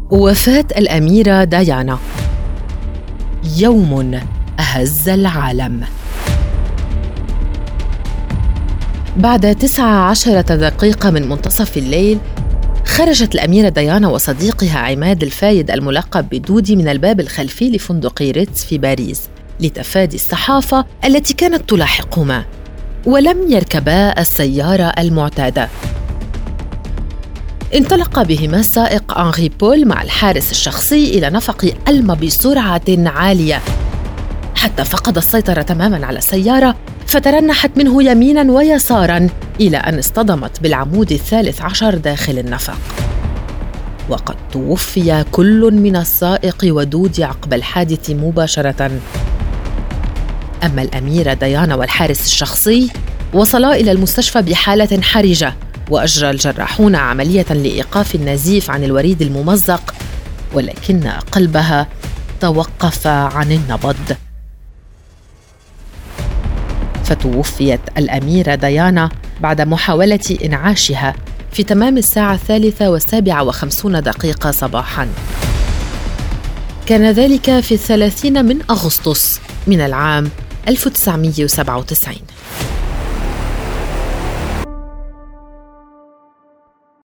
وفاة الأميرة ديانا، يوم أهز العالم. بعد 19 دقيقة من منتصف الليل، خرجت الأميرة ديانا وصديقها عماد الفايد الملقب بدودي من الباب الخلفي لفندق ريتز في باريس لتفادي الصحافة التي كانت تلاحقهما، ولم يركبا السيارة المعتادة. انطلق بهما السائق أنري بول مع الحارس الشخصي إلى نفق ألم بسرعة عالية حتى فقد السيطرة تماماً على السيارة، فترنحت منه يميناً ويساراً إلى أن اصطدمت بالعمود 13 داخل النفق. وقد توفي كل من السائق ودودي عقب الحادث مباشرة. أما الأميرة ديانا والحارس الشخصي وصلا إلى المستشفى بحالة حرجة، وأجرى الجراحون عملية لإيقاف النزيف عن الوريد الممزق، ولكن قلبها توقف عن النبض. فتوفيت الأميرة ديانا بعد محاولة إنعاشها في تمام الساعة 3:57 صباحاً. كان ذلك في 30 من أغسطس من العام 1997.